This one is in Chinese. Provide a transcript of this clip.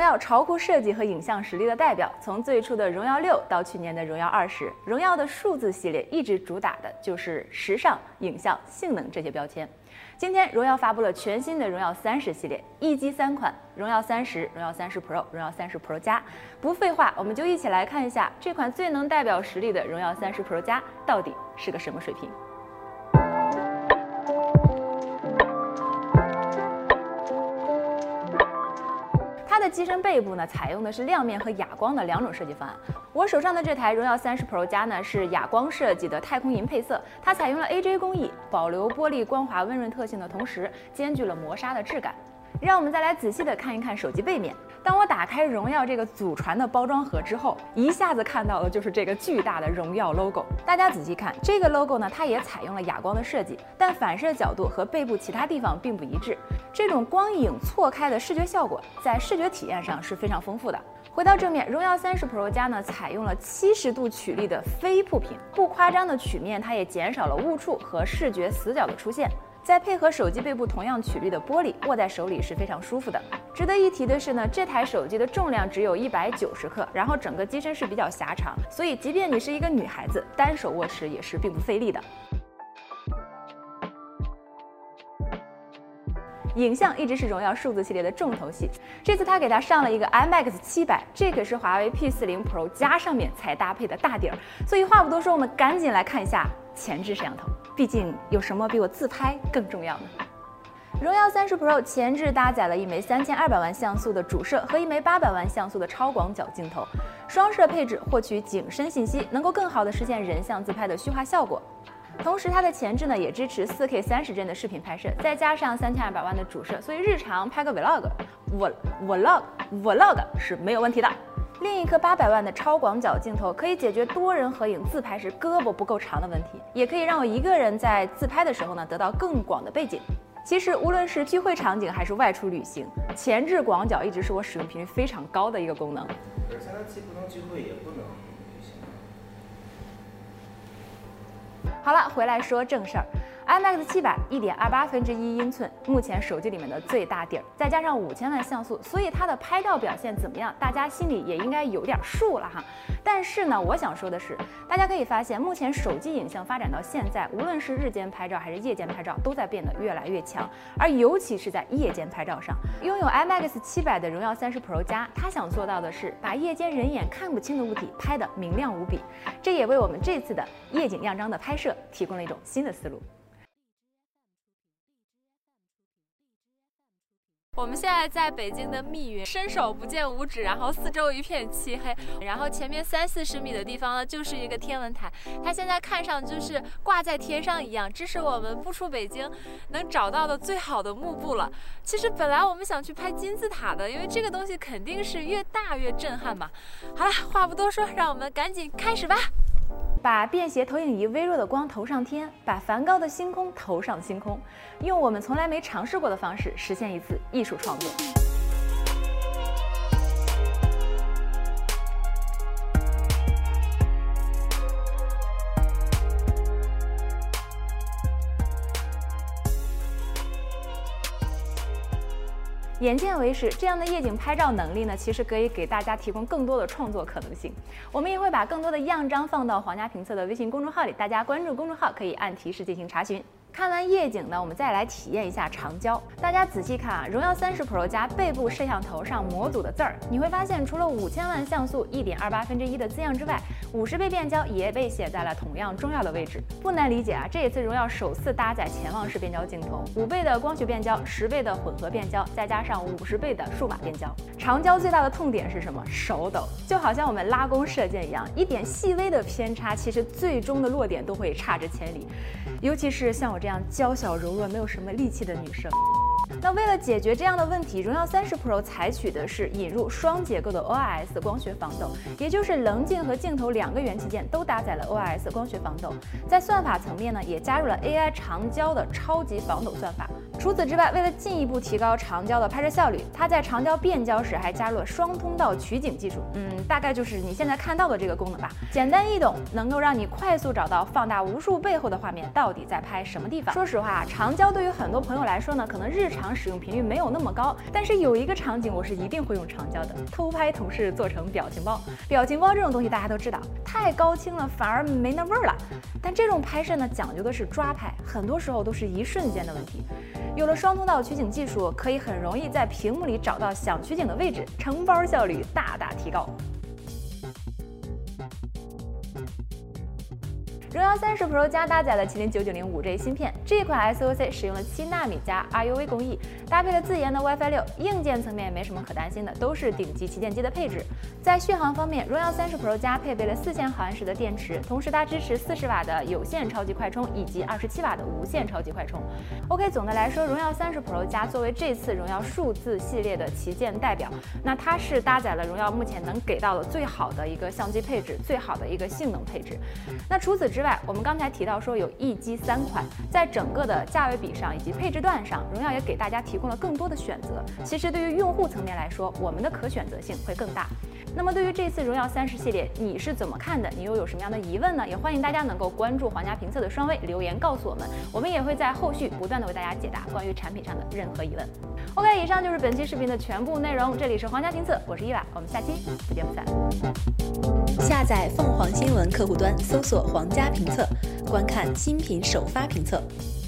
耀潮酷设计和影像实力的代表，从最初的荣耀6到去年的荣耀20，荣耀的数字系列一直主打的就是时尚、影像、性能这些标签。今天荣耀发布了全新的荣耀30系列，一机3款，荣耀30、荣耀30 Pro、荣耀30 Pro 加。不废话，我们就一起来看一下这款最能代表实力的荣耀30 Pro 加到底是个什么水平。它的机身背部呢，采用的是亮面和哑光的两种设计方案。我手上的这台荣耀30 Pro 加呢，是哑光设计的太空银配色，它采用了 AJ 工艺，保留玻璃光滑温润特性的同时，兼具了磨砂的质感。让我们再来仔细的看一看手机背面。当我打开荣耀这个祖传的包装盒之后，一下子看到的就是这个巨大的荣耀 logo。大家仔细看，这个 logo 呢，它也采用了哑光的设计，但反射角度和背部其他地方并不一致。这种光影错开的视觉效果，在视觉体验上是非常丰富的。回到正面，荣耀30 Pro 加呢，采用了70度曲率的非铺屏，不夸张的曲面，它也减少了误触和视觉死角的出现。再配合手机背部同样曲率的玻璃，握在手里是非常舒服的。值得一提的是呢，这台手机的重量只有190克，然后整个机身是比较狭长，所以即便你是一个女孩子，单手握持也是并不费力的。影像一直是荣耀数字系列的重头戏，这次它给它上了一个 IMX 700，这可是华为 P40 Pro 加上面才搭配的大底儿。所以话不多说，我们赶紧来看一下前置摄像头，毕竟有什么比我自拍更重要呢？荣耀30 Pro 前置搭载了一枚3200万像素的主摄和一枚800万像素的超广角镜头，双摄配置获取景深信息，能够更好的实现人像自拍的虚化效果。同时，它的前置呢也支持4K 30帧的视频拍摄，再加上3200万的主摄，所以日常拍个 vlog 是没有问题的。另一颗800万的超广角镜头可以解决多人合影自拍时胳膊不够长的问题，也可以让我一个人在自拍的时候呢得到更广的背景。其实无论是聚会场景还是外出旅行，前置广角一直是我使用频率非常高的一个功能。 现在既不能聚会也不能旅行。 好了，回来说正事儿。IMX 700 1.28英寸，目前手机里面的最大底儿，再加上5000万像素，所以它的拍照表现怎么样，大家心里也应该有点数了哈。但是呢，我想说的是，大家可以发现，目前手机影像发展到现在，无论是日间拍照还是夜间拍照，都在变得越来越强，而尤其是在夜间拍照上，拥有 IMX 700的荣耀30 Pro 加，它想做到的是把夜间人眼看不清的物体拍得明亮无比，这也为我们这次的夜景样张的拍摄提供了一种新的思路。 我们现在在北京的密云，伸手不见五指，然后四周一片漆黑，然后前面30-40米的地方呢，就是一个天文台，它现在看上就是挂在天上一样，这是我们不出北京能找到的最好的幕布了。其实本来我们想去拍金字塔的，因为这个东西肯定是越大越震撼嘛。好了，话不多说，让我们赶紧开始吧。 把便携投影仪微弱的光投上天，把梵高的星空投上星空，用我们从来没尝试过的方式实现一次艺术创作。眼见为实，这样的夜景拍照能力呢，其实可以给大家提供更多的创作可能性。我们也会把更多的样张放到皇家评测的微信公众号里，大家关注公众号可以按提示进行查询。看完夜景呢，我们再来体验一下长焦。大家仔细看啊，荣耀30 Pro 加背部摄像头上模组的字儿，你会发现除了5000万像素1.28的字样之外，50倍变焦也被写在了同样重要的位置。不难理解啊，这一次荣耀首次搭载潜望式变焦镜头，5倍的光学变焦，10倍的混合变焦，再加上50倍的数码变焦。长焦最大的痛点是什么？手抖，就好像我们拉弓射箭一样，一点细微的偏差，其实最终的落点都会差之千里。尤其是像我这样娇小柔弱、没有什么力气的女生。那为了解决这样的问题，荣耀30 Pro 采取的是引入双结构的 OIS 光学防抖，也就是棱镜和镜头2个元器件都搭载了 OIS 光学防抖。在算法层面呢，也加入了 AI 长焦的超级防抖算法， 除此之外，为了进一步提高长焦的拍摄效率，它在长焦变焦时还加入了双通道取景技术。大概就是你现在看到的这个功能吧，简单易懂，能够让你快速找到放大无数倍后的画面到底在拍什么地方。说实话，长焦对于很多朋友来说呢，可能日常使用频率没有那么高，但是有一个场景我是一定会用长焦的，偷拍同事做成表情包。表情包这种东西大家都知道，太高清了反而没那味儿了。但这种拍摄呢，讲究的是抓拍，很多时候都是一瞬间的问题。有了双通道取景技术，可以很容易在屏幕里找到想取景的位置，承包效率大大提高。荣耀30 Pro 加搭载了麒麟990 5G 芯片，这款 SoC 使用了7纳米加 RUV 工艺，搭配了自研的 WiFi 6，硬件层面也没什么可担心的，都是顶级旗舰机的配置。在续航方面，荣耀30 Pro 加配备了4000毫安时的电池，同时它支持40瓦的有线超级快充以及27瓦的无线超级快充。OK， 总的来说，荣耀30 Pro 加作为这次荣耀数字系列的旗舰代表，那它是搭载了荣耀目前能给到的最好的一个相机配置，最好的一个性能配置。那除此之外，我们刚才提到说有一机3款，在整个的价位比上以及配置段上，荣耀也给大家提供了更多的选择。其实对于用户层面来说，我们的可选择性会更大。那么对于这次荣耀30系列，你是怎么看的？你又有什么样的疑问呢？也欢迎大家能够关注皇家评测的双微留言告诉我们，我们也会在后续不断的为大家解答关于产品上的任何疑问。OK， 以上就是本期视频的全部内容，这里是皇家评测，我是伊娃，我们下期不见不散。 下载凤凰新闻客户端，搜索皇家评测，观看新品首发评测。